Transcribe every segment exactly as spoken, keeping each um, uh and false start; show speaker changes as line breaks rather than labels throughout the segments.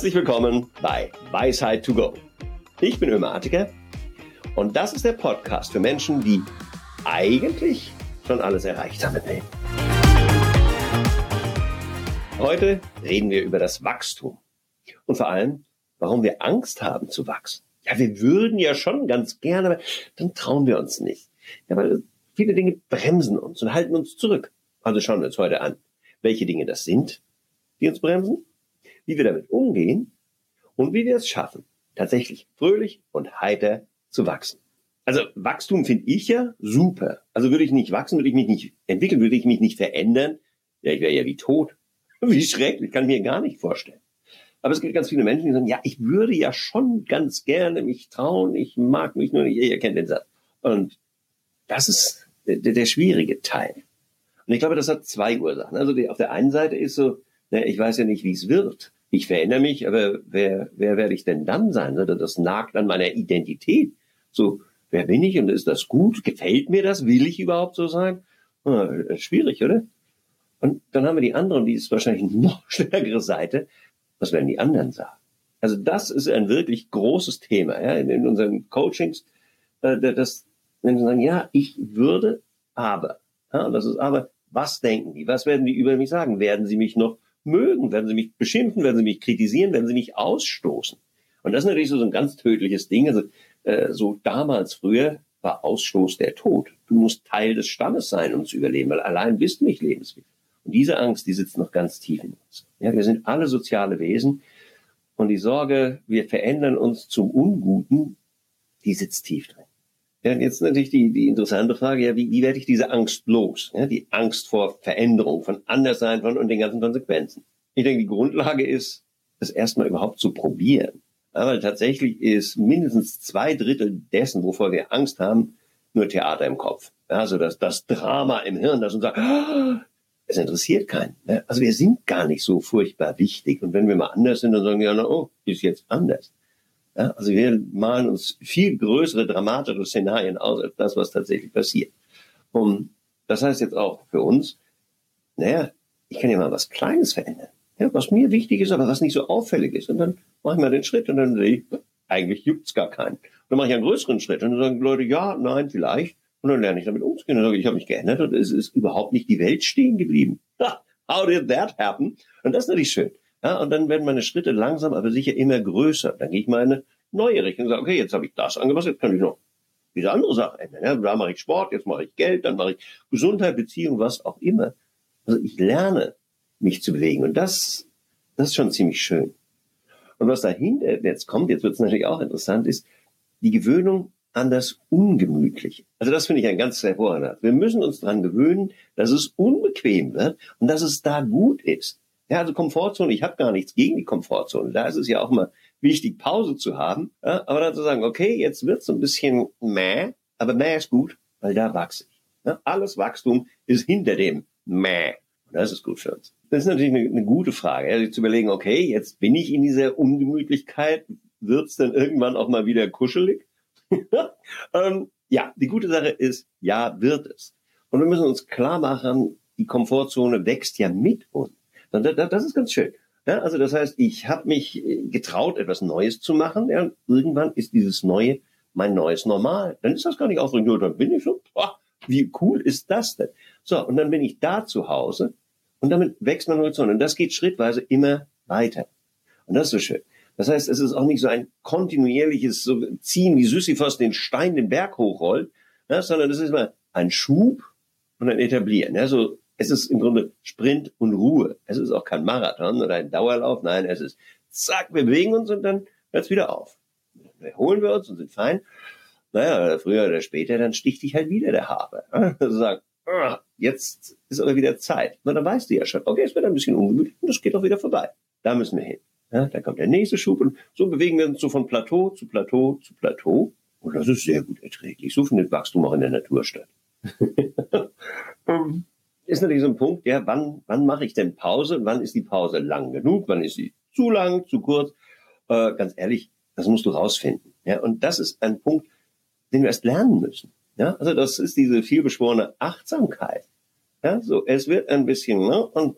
Herzlich willkommen bei Weisheit to go. Ich bin Ömer Atiker und das ist der Podcast für Menschen, die eigentlich schon alles erreicht haben im Leben. Heute reden wir über das Wachstum und vor allem, warum wir Angst haben zu wachsen. Ja, wir würden ja schon ganz gerne, aber dann trauen wir uns nicht. Ja, weil viele Dinge bremsen uns und halten uns zurück. Also schauen wir uns heute an, welche Dinge das sind, die uns bremsen, wie wir damit umgehen und wie wir es schaffen, tatsächlich fröhlich und heiter zu wachsen. Also Wachstum finde ich ja super. Also würde ich nicht wachsen, würde ich mich nicht entwickeln, würde ich mich nicht verändern, ja, ich wäre ja wie tot. Wie schrecklich, kann ich mir gar nicht vorstellen. Aber es gibt ganz viele Menschen, die sagen, ja, ich würde ja schon ganz gerne mich trauen, ich mag mich nur nicht, ihr kennt den Satz. Und das ist der, der schwierige Teil. Und ich glaube, das hat zwei Ursachen. Also die, auf der einen Seite ist so, na, ich weiß ja nicht, wie es wird. Ich verändere mich, aber wer, wer werde ich denn dann sein? Das nagt an meiner Identität. So, wer bin ich und ist das gut? Gefällt mir das? Will ich überhaupt so sein? Ah, schwierig, oder? Und dann haben wir die anderen, die ist wahrscheinlich noch stärkere Seite. Was werden die anderen sagen? Also das ist ein wirklich großes Thema, ja, in, in unseren Coachings, äh, das Menschen sagen, ja, ich würde, aber, ja, und das ist aber, was denken die? Was werden die über mich sagen? Werden sie mich noch mögen? Werden sie mich beschimpfen? Werden sie mich kritisieren? Werden sie mich ausstoßen? Und das ist natürlich so, so ein ganz tödliches Ding. Also äh, so damals früher war Ausstoß der Tod. Du musst Teil des Stammes sein, um zu überleben, weil allein bist du nicht lebensfähig. Und diese Angst, die sitzt noch ganz tief in uns. Ja, wir sind alle soziale Wesen und die Sorge, wir verändern uns zum Unguten, die sitzt tief drin. Ja, jetzt natürlich die, die interessante Frage, ja, wie, wie werde ich diese Angst los? Ja, die Angst vor Veränderung, von Anderssein von und den ganzen Konsequenzen. Ich denke, die Grundlage ist, es erstmal überhaupt zu probieren. Ja, weil tatsächlich ist mindestens zwei Drittel dessen, wovor wir Angst haben, nur Theater im Kopf. Ja, also das, das Drama im Hirn, das uns sagt, oh, es interessiert keinen. Ja, also wir sind gar nicht so furchtbar wichtig. Und wenn wir mal anders sind, dann sagen wir, ja, oh, ist jetzt anders. Ja, also wir malen uns viel größere, dramatische Szenarien aus, als das, was tatsächlich passiert. Und das heißt jetzt auch für uns, naja, ich kann ja mal was Kleines verändern, ja, was mir wichtig ist, aber was nicht so auffällig ist. Und dann mache ich mal den Schritt und dann sehe ich, eigentlich gibt's gar keinen. Und dann mache ich einen größeren Schritt und dann sagen die Leute, ja, nein, vielleicht. Und dann lerne ich damit umzugehen. Und dann sage ich, ich habe mich geändert und es ist überhaupt nicht die Welt stehen geblieben. How did that happen? Und das ist natürlich schön. Ja, und dann werden meine Schritte langsam, aber sicher immer größer. Dann gehe ich mal in eine neue Richtung und sage, okay, jetzt habe ich das angepasst, jetzt kann ich noch diese andere Sache ändern. Ja, da mache ich Sport, jetzt mache ich Geld, dann mache ich Gesundheit, Beziehung, was auch immer. Also ich lerne, mich zu bewegen. Und das, das ist schon ziemlich schön. Und was dahinter jetzt kommt, jetzt wird es natürlich auch interessant, ist die Gewöhnung an das Ungemütliche. Also das finde ich ein ganz hervorragender. Wir müssen uns daran gewöhnen, dass es unbequem wird und dass es da gut ist. Ja, also Komfortzone, ich habe gar nichts gegen die Komfortzone. Da ist es ja auch mal wichtig, Pause zu haben. Ja, aber dann zu sagen, okay, jetzt wird es so ein bisschen mäh, aber mäh ist gut, weil da wachse ich. Ja, alles Wachstum ist hinter dem mäh. Und das ist gut für uns. Das ist natürlich eine, eine gute Frage, ja, sich zu überlegen, okay, jetzt bin ich in dieser Ungemütlichkeit, wird es dann irgendwann auch mal wieder kuschelig? ähm, ja, die gute Sache ist, ja, wird es. Und wir müssen uns klar machen, die Komfortzone wächst ja mit uns. Das ist ganz schön. Ja, also das heißt, ich habe mich getraut, etwas Neues zu machen. Ja, irgendwann ist dieses Neue mein neues Normal. Dann ist das gar nicht aufregend. Dann bin ich so, boah, wie cool ist das denn? So, und dann bin ich da zu Hause und damit wächst mein Horizont. Und das geht schrittweise immer weiter. Und das ist so schön. Das heißt, es ist auch nicht so ein kontinuierliches so Ziehen, wie Sisyphos den Stein den Berg hochrollt, ja, sondern es ist immer ein Schub und ein Etablieren. Ja, so, es ist im Grunde Sprint und Ruhe. Es ist auch kein Marathon oder ein Dauerlauf. Nein, es ist zack, wir bewegen uns und dann hört es wieder auf. Dann erholen wir uns und sind fein. Naja, früher oder später, dann sticht dich halt wieder der Hafer. Also sagen, ah, jetzt ist aber wieder Zeit. Na, dann weißt du ja schon, okay, es wird ein bisschen ungemütlich und das geht auch wieder vorbei. Da müssen wir hin. Ja, da kommt der nächste Schub und so bewegen wir uns so von Plateau zu Plateau zu Plateau. Und das ist sehr gut erträglich. So findet Wachstum auch in der Natur statt. Ist natürlich so ein Punkt, ja, wann, wann mache ich denn Pause? Wann ist die Pause lang genug? Wann ist sie zu lang, zu kurz? Äh, ganz ehrlich, das musst du rausfinden. Ja, und das ist ein Punkt, den wir erst lernen müssen. Ja, also das ist diese vielbeschworene Achtsamkeit. Ja, so, es wird ein bisschen, ne, und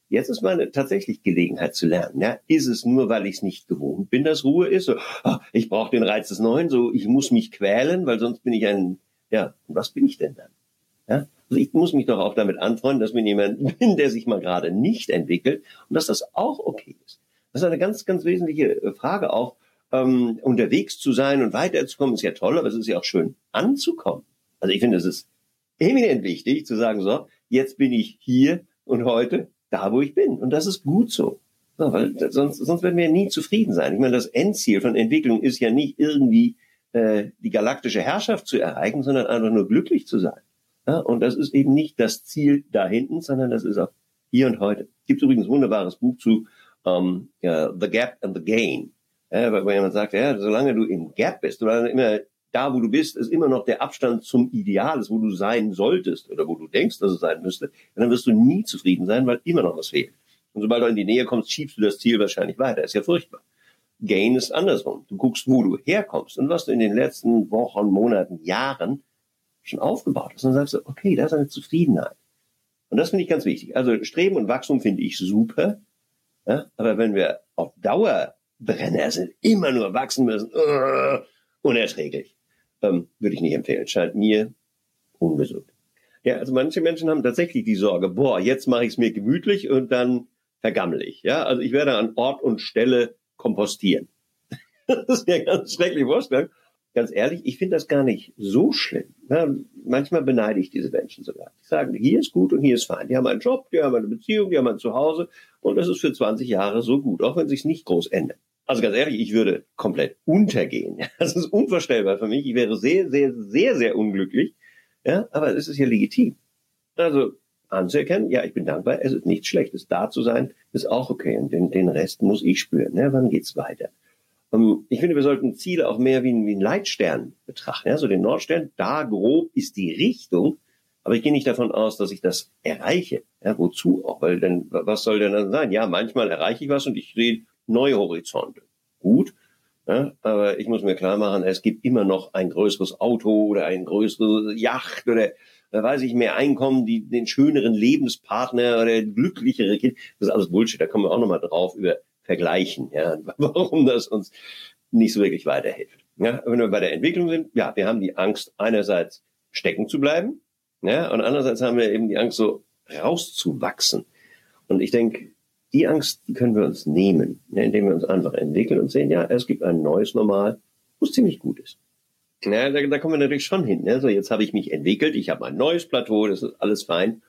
jetzt ist meine tatsächlich Gelegenheit zu lernen. Ja, ist es nur, weil ich es nicht gewohnt bin, dass Ruhe ist? So, ah, ich brauche den Reiz des Neuen, so ich muss mich quälen, weil sonst bin ich ein, ja, und was bin ich denn dann? Ja, also ich muss mich doch auch damit anfreunden, dass ich jemand bin, der sich mal gerade nicht entwickelt und dass das auch okay ist. Das ist eine ganz, ganz wesentliche Frage auch. Ähm, unterwegs zu sein und weiterzukommen ist ja toll, aber es ist ja auch schön anzukommen. Also ich finde, es ist eminent wichtig zu sagen, so, jetzt bin ich hier und heute da, wo ich bin. Und das ist gut so. So, weil sonst, sonst werden wir nie zufrieden sein. Ich meine, das Endziel von Entwicklung ist ja nicht irgendwie äh, die galaktische Herrschaft zu erreichen, sondern einfach nur glücklich zu sein. Ja, und das ist eben nicht das Ziel da hinten, sondern das ist auch hier und heute. Es gibt übrigens ein wunderbares Buch zu um, uh, The Gap and the Gain. Ja, weil jemand sagt, ja, solange du im Gap bist, oder immer da, wo du bist, ist immer noch der Abstand zum Ideal, ist, wo du sein solltest oder wo du denkst, dass es sein müsste, dann wirst du nie zufrieden sein, weil immer noch was fehlt. Und sobald du in die Nähe kommst, schiebst du das Ziel wahrscheinlich weiter. Ist ja furchtbar. Gain ist andersrum. Du guckst, wo du herkommst und was du in den letzten Wochen, Monaten, Jahren schon aufgebaut hast. Und dann sagst du, okay, da ist eine Zufriedenheit. Und das finde ich ganz wichtig. Also Streben und Wachstum finde ich super. Ja, aber wenn wir auf Dauer Brenner sind, immer nur wachsen müssen, uh, unerträglich. Ähm, würde ich nicht empfehlen. Scheint mir ungesund. Ja, also manche Menschen haben tatsächlich die Sorge, boah, jetzt mache ich es mir gemütlich und dann vergammel ich. Ja, also ich werde an Ort und Stelle kompostieren. Das ist mir ganz schrecklich vorstellen. Ganz ehrlich, ich finde das gar nicht so schlimm. Ja, manchmal beneide ich diese Menschen sogar. Die sagen, hier ist gut und hier ist fein. Die haben einen Job, die haben eine Beziehung, die haben ein Zuhause und das ist für zwanzig Jahre so gut, auch wenn sich nicht groß ändert. Also ganz ehrlich, ich würde komplett untergehen. Das ist unvorstellbar für mich. Ich wäre sehr, sehr, sehr, sehr unglücklich. Ja, aber es ist ja legitim. Also anzuerkennen, ja, ich bin dankbar, es ist nichts Schlechtes. Da zu sein, ist auch okay. Und den, den Rest muss ich spüren. Ja, wann geht's weiter? Um, ich finde, wir sollten Ziele auch mehr wie, wie einen Leitstern betrachten. Ja, so den Nordstern, da grob ist die Richtung. Aber ich gehe nicht davon aus, dass ich das erreiche. Ja, wozu auch? Weil dann, was soll denn dann sein? Ja, manchmal erreiche ich was und ich sehe neue Horizonte. Gut, ja, aber ich muss mir klar machen, es gibt immer noch ein größeres Auto oder ein größeres Yacht oder, da weiß ich, mehr Einkommen, die, den schöneren Lebenspartner oder glücklichere Kind. Das ist alles Bullshit, da kommen wir auch nochmal drauf über Vergleichen, ja, warum das uns nicht so wirklich weiterhilft. Ja, wenn wir bei der Entwicklung sind, ja, wir haben die Angst, einerseits stecken zu bleiben, ja, und andererseits haben wir eben die Angst, so rauszuwachsen. Und ich denke, die Angst, die können wir uns nehmen, ja, indem wir uns einfach entwickeln und sehen, ja, es gibt ein neues Normal, wo es ziemlich gut ist. Ja, da, da kommen wir natürlich schon hin. Ne? So, jetzt habe ich mich entwickelt, ich habe ein neues Plateau, das ist alles fein.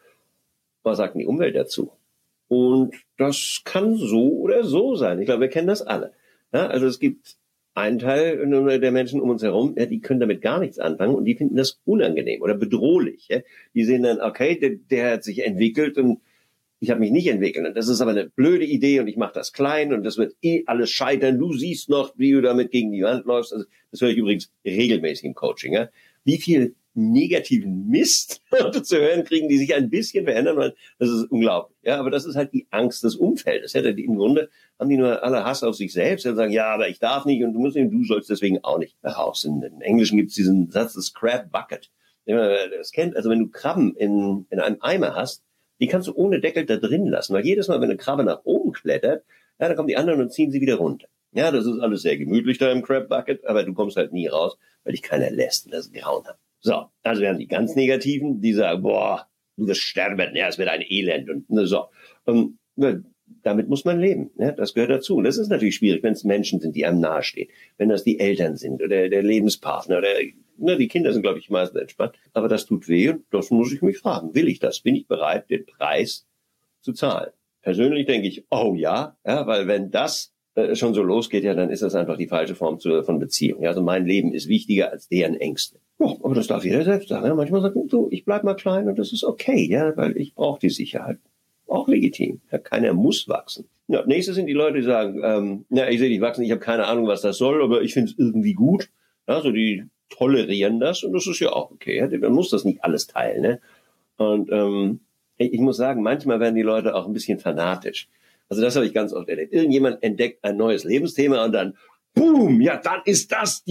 Was sagt denn die Umwelt dazu? Und das kann so oder so sein. Ich glaube, wir kennen das alle. Ja, also es gibt einen Teil der Menschen um uns herum, ja, die können damit gar nichts anfangen und die finden das unangenehm oder bedrohlich. Ja? Die sehen dann, okay, der, der hat sich entwickelt und ich habe mich nicht entwickelt. Und das ist aber eine blöde Idee und ich mache das klein und das wird eh alles scheitern. Du siehst noch, wie du damit gegen die Wand läufst. Also, das höre ich übrigens regelmäßig im Coaching. Ja? Wie viel negativen Mist zu hören kriegen, die sich ein bisschen verändern, weil das ist unglaublich. Ja, aber das ist halt die Angst des Umfeldes. Ja, im Grunde haben die nur alle Hass auf sich selbst. Die sagen, ja, aber ich darf nicht und du musst nicht, du sollst deswegen auch nicht raus. In, in Englischen gibt es diesen Satz, das Crab Bucket. Wenn man das kennt, also wenn du Krabben in, in einem Eimer hast, die kannst du ohne Deckel da drin lassen, weil jedes Mal, wenn eine Krabbe nach oben klettert, ja, dann kommen die anderen und ziehen sie wieder runter. Ja, das ist alles sehr gemütlich da im Crab Bucket, aber du kommst halt nie raus, weil dich keiner lässt und das ist grauenhaft. So, also wir haben die ganz Negativen, die sagen, boah, du wirst sterben, ja, es wird ein Elend und ne, so. Und ne, damit muss man leben, ja, das gehört dazu. Und das ist natürlich schwierig, wenn es Menschen sind, die einem nahestehen, wenn das die Eltern sind oder der Lebenspartner oder ne, die Kinder sind, glaube ich, meistens entspannt. Aber das tut weh und das muss ich mich fragen. Will ich das? Bin ich bereit, den Preis zu zahlen? Persönlich denke ich, oh ja, ja, weil wenn das äh, schon so losgeht, ja, dann ist das einfach die falsche Form zu, von Beziehung. Ja, also mein Leben ist wichtiger als deren Ängste. Ja, aber das darf jeder selbst sagen. Ja. Manchmal sagt man so, ich bleib mal klein und das ist okay, ja, weil ich brauche die Sicherheit. Auch legitim. Ja, keiner muss wachsen. Ja, nächstes sind die Leute, die sagen, ähm, na, ich sehe dich wachsen, ich habe keine Ahnung, was das soll, aber ich finde es irgendwie gut. Ja, so die tolerieren das und das ist ja auch okay. Ja? Man muss das nicht alles teilen. Ne? Und ähm, ich, ich muss sagen, manchmal werden die Leute auch ein bisschen fanatisch. Also das habe ich ganz oft erlebt. Irgendjemand entdeckt ein neues Lebensthema und dann, boom, ja, dann ist das die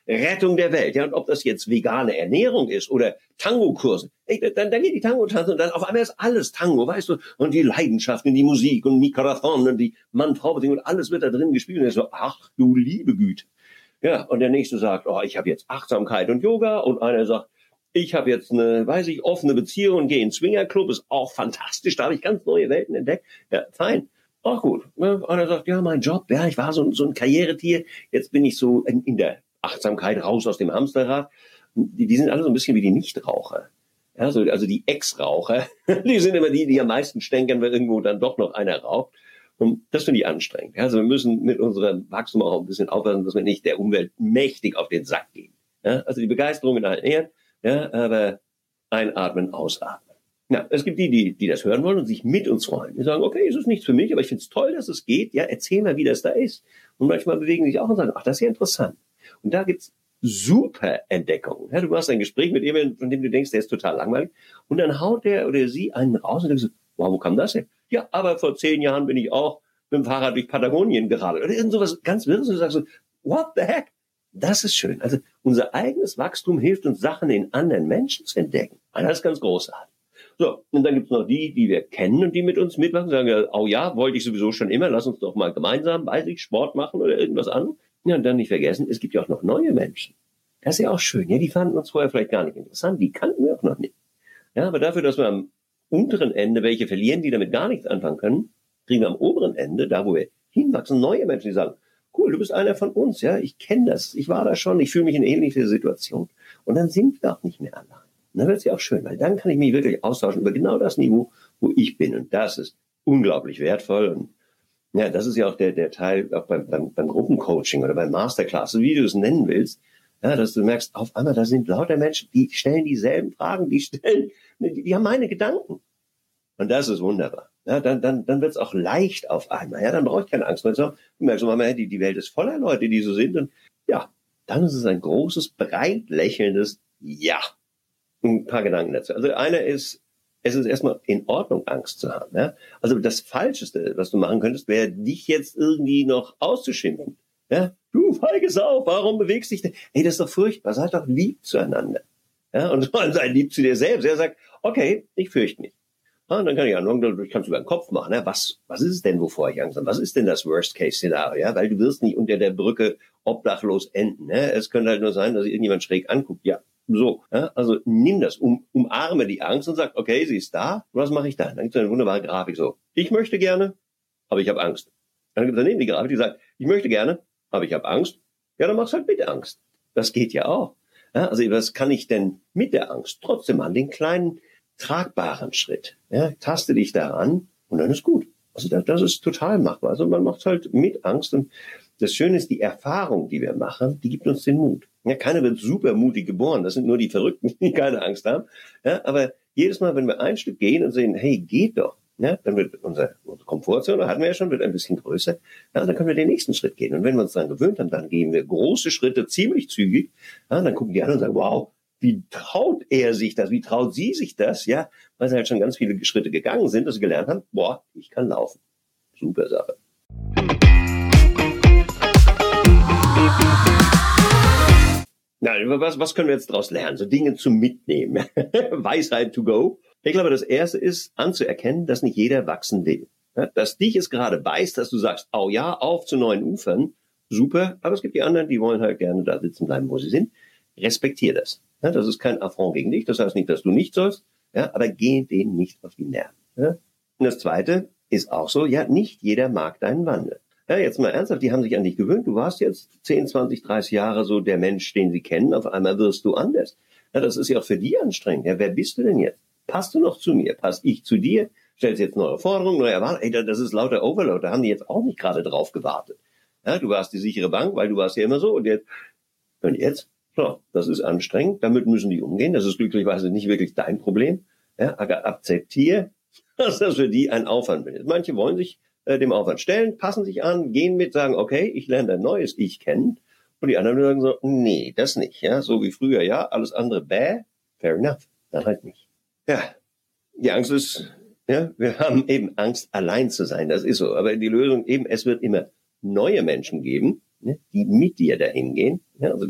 Rettung der Welt. Ja, und ob das jetzt vegane Ernährung ist oder Tango-Kurse, ey, dann, dann geht die Tango tanzen und dann auf einmal ist alles Tango, weißt du, und die Leidenschaft in die Musik und Mi Corazón und die Mann-Frau-Beziehung und alles wird da drin gespielt und er so, ach du liebe Güte. Ja, und der nächste sagt, oh, ich habe jetzt Achtsamkeit und Yoga und einer sagt, ich habe jetzt eine, weiß ich, offene Beziehung und gehe in den Swingerclub, ist auch fantastisch, da habe ich ganz neue Welten entdeckt. Ja, fein. Auch gut. Einer sagt, ja, mein Job, ja, ich war so, so ein Karrieretier, jetzt bin ich so in, in der Achtsamkeit raus aus dem Hamsterrad. Die, die sind alle so ein bisschen wie die Nichtraucher. Ja, so, also die Ex-Raucher, die sind immer die, die am meisten stänkern, wenn irgendwo dann doch noch einer raucht. Und das finde ich anstrengend. Ja, also wir müssen mit unserem Wachstum auch ein bisschen aufpassen, dass wir nicht der Umwelt mächtig auf den Sack gehen. Ja, also die Begeisterung in allen Ehren, ja, aber einatmen, ausatmen. Ja, es gibt die, die, die das hören wollen und sich mit uns freuen. Die sagen, okay, es ist nichts für mich, aber ich finde es toll, dass es geht. Ja, erzähl mal, wie das da ist. Und manchmal bewegen sie sich auch und sagen, ach, das ist ja interessant. Und da gibt's super Entdeckungen. Ja, du hast ein Gespräch mit jemandem, von dem du denkst, der ist total langweilig. Und dann haut der oder sie einen raus und denkst, wow, wo kam das denn? Ja, aber vor zehn Jahren bin ich auch mit dem Fahrrad durch Patagonien geradelt. Oder irgend sowas ganz Wirres. Und du sagst so, what the heck? Das ist schön. Also unser eigenes Wachstum hilft uns, Sachen in anderen Menschen zu entdecken. Das ist ganz großartig. So, und dann gibt's noch die, die wir kennen und die mit uns mitmachen, sagen, oh ja, wollte ich sowieso schon immer, lass uns doch mal gemeinsam, weiß ich, Sport machen oder irgendwas anderes. Ja, und dann nicht vergessen, es gibt ja auch noch neue Menschen. Das ist ja auch schön. Ja, die fanden uns vorher vielleicht gar nicht interessant, die kannten wir auch noch nicht. Ja, aber dafür, dass wir am unteren Ende welche verlieren, die damit gar nichts anfangen können, kriegen wir am oberen Ende, da wo wir hinwachsen, neue Menschen, die sagen, cool, du bist einer von uns, ja, ich kenne das, ich war da schon, ich fühle mich in ähnlicher Situation. Und dann sind wir auch nicht mehr allein. Und dann wird es ja auch schön, weil dann kann ich mich wirklich austauschen über genau das Niveau, wo ich bin. Und das ist unglaublich wertvoll. Und ja, das ist ja auch der, der Teil auch beim, beim, beim Gruppencoaching oder beim Masterclass, wie du es nennen willst. Ja, dass du merkst, auf einmal, da sind lauter Menschen, die stellen dieselben Fragen, die stellen, die, die haben meine Gedanken. Und das ist wunderbar. Ja, dann, dann, dann wird es auch leicht auf einmal. Ja, dann brauche ich keine Angst mehr. Du merkst mal, die, die Welt ist voller Leute, die so sind. Und ja, dann ist es ein großes, breit lächelndes Ja. Ein paar Gedanken dazu. Also einer ist, es ist erstmal in Ordnung, Angst zu haben. Ja? Also das Falscheste, was du machen könntest, wäre, dich jetzt irgendwie noch auszuschimpfen. Ja? Du feige Sau, warum bewegst dich denn? Ey, das ist doch furchtbar. Seid doch lieb zueinander. Ja? Und sei lieb zu dir selbst. Er sagt, okay, ich fürchte mich. Ja, und dann kann ich anfangen, ich kann es über den Kopf machen. Ja? Was, was ist es denn, wovor ich Angst habe? Was ist denn das Worst-Case-Szenario? Ja? Weil du wirst nicht unter der Brücke obdachlos enden. Ja? Es könnte halt nur sein, dass irgendjemand schräg anguckt. Ja. So, ja, also nimm das, um, umarme die Angst und sag, okay, sie ist da, was mache ich dann? Dann gibt es eine wunderbare Grafik so, ich möchte gerne, aber ich habe Angst. Dann gibt es daneben die Grafik, die sagt, ich möchte gerne, aber ich habe Angst. Ja, dann mach's halt mit der Angst. Das geht ja auch. Ja, also was kann ich denn mit der Angst trotzdem machen? Den kleinen, tragbaren Schritt. Ja, taste dich daran und dann ist gut. Also das, das ist total machbar. Also man macht halt mit Angst und das Schöne ist, die Erfahrung, die wir machen, die gibt uns den Mut. Ja, keiner wird super mutig geboren. Das sind nur die Verrückten, die keine Angst haben. Ja, aber jedes Mal, wenn wir ein Stück gehen und sehen, hey, geht doch, ja, dann wird unser, unsere Komfortzone, hatten wir ja schon, wird ein bisschen größer. Ja, dann können wir den nächsten Schritt gehen. Und wenn wir uns daran gewöhnt haben, dann gehen wir große Schritte ziemlich zügig. Ja, dann gucken die an und sagen, wow, wie traut er sich das? Wie traut sie sich das? Ja, weil sie halt schon ganz viele Schritte gegangen sind, dass sie gelernt haben, boah, ich kann laufen. Super Sache. Na, was, was können wir jetzt daraus lernen? So Dinge zum Mitnehmen. Weisheit to go. Ich glaube, das Erste ist anzuerkennen, dass nicht jeder wachsen will. Dass dich es gerade beißt, dass du sagst, oh ja, auf zu neuen Ufern. Super. Aber es gibt die anderen, die wollen halt gerne da sitzen bleiben, wo sie sind. Respektier das. Das ist kein Affront gegen dich. Das heißt nicht, dass du nicht sollst. Ja, aber geh denen nicht auf die Nerven. Ja? Und das Zweite ist auch so, ja, nicht jeder mag deinen Wandel. Ja, jetzt mal ernsthaft, die haben sich an dich gewöhnt. Du warst jetzt zehn, zwanzig, dreißig Jahre so der Mensch, den sie kennen. Auf einmal wirst du anders. Ja, das ist ja auch für die anstrengend. Ja, wer bist du denn jetzt? Passt du noch zu mir? Pass ich zu dir? Stellst jetzt neue Forderungen, neue Erwartungen? Ey, das ist lauter Overload. Da haben die jetzt auch nicht gerade drauf gewartet. Ja, du warst die sichere Bank, weil du warst ja immer so. Und jetzt, und jetzt? So, das ist anstrengend. Damit müssen die umgehen. Das ist glücklicherweise nicht wirklich dein Problem. Ja, aber akzeptiere, dass das für die ein Aufwand ist. Manche wollen sich dem Aufwand stellen, passen sich an, gehen mit, sagen, okay, ich lerne ein neues Ich kennen. Und die anderen sagen so, nee, das nicht. Ja, so wie früher, ja, alles andere bäh, fair enough, dann halt nicht. Ja, die Angst ist, ja, wir haben eben Angst, allein zu sein, das ist so. Aber die Lösung eben, es wird immer neue Menschen geben, ne, die mit dir dahin gehen. Ja, also du wirst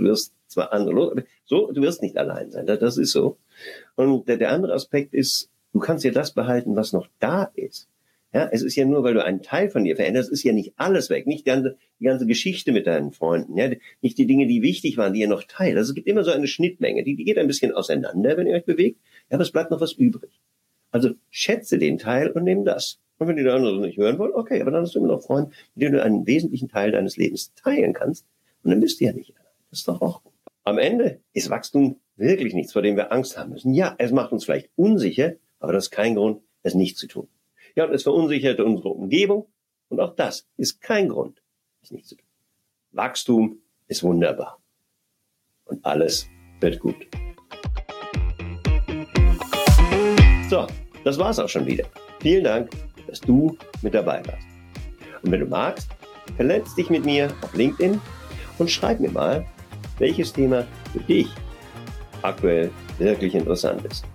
zwar andere los, aber so, du wirst nicht allein sein. Das ist so. Und der, der andere Aspekt ist, du kannst ja das behalten, was noch da ist. Ja, es ist ja nur, weil du einen Teil von dir veränderst, ist ja nicht alles weg. Nicht die ganze, die ganze Geschichte mit deinen Freunden. Ja, nicht die Dinge, die wichtig waren, die ihr noch teilt. Also es gibt immer so eine Schnittmenge. Die, die geht ein bisschen auseinander, wenn ihr euch bewegt. Ja, aber es bleibt noch was übrig. Also schätze den Teil und nimm das. Und wenn die anderen nicht hören wollen, okay, aber dann hast du immer noch Freunde, mit denen du einen wesentlichen Teil deines Lebens teilen kannst. Und dann bist du ja nicht allein. Das ist doch auch gut. Am Ende ist Wachstum wirklich nichts, vor dem wir Angst haben müssen. Ja, es macht uns vielleicht unsicher, aber das ist kein Grund, es nicht zu tun. Ja, und es verunsichert unsere Umgebung. Und auch das ist kein Grund, es nicht zu tun. Wachstum ist wunderbar. Und alles wird gut. So, das war's auch schon wieder. Vielen Dank, dass du mit dabei warst. Und wenn du magst, vernetz dich mit mir auf LinkedIn und schreib mir mal, welches Thema für dich aktuell wirklich interessant ist.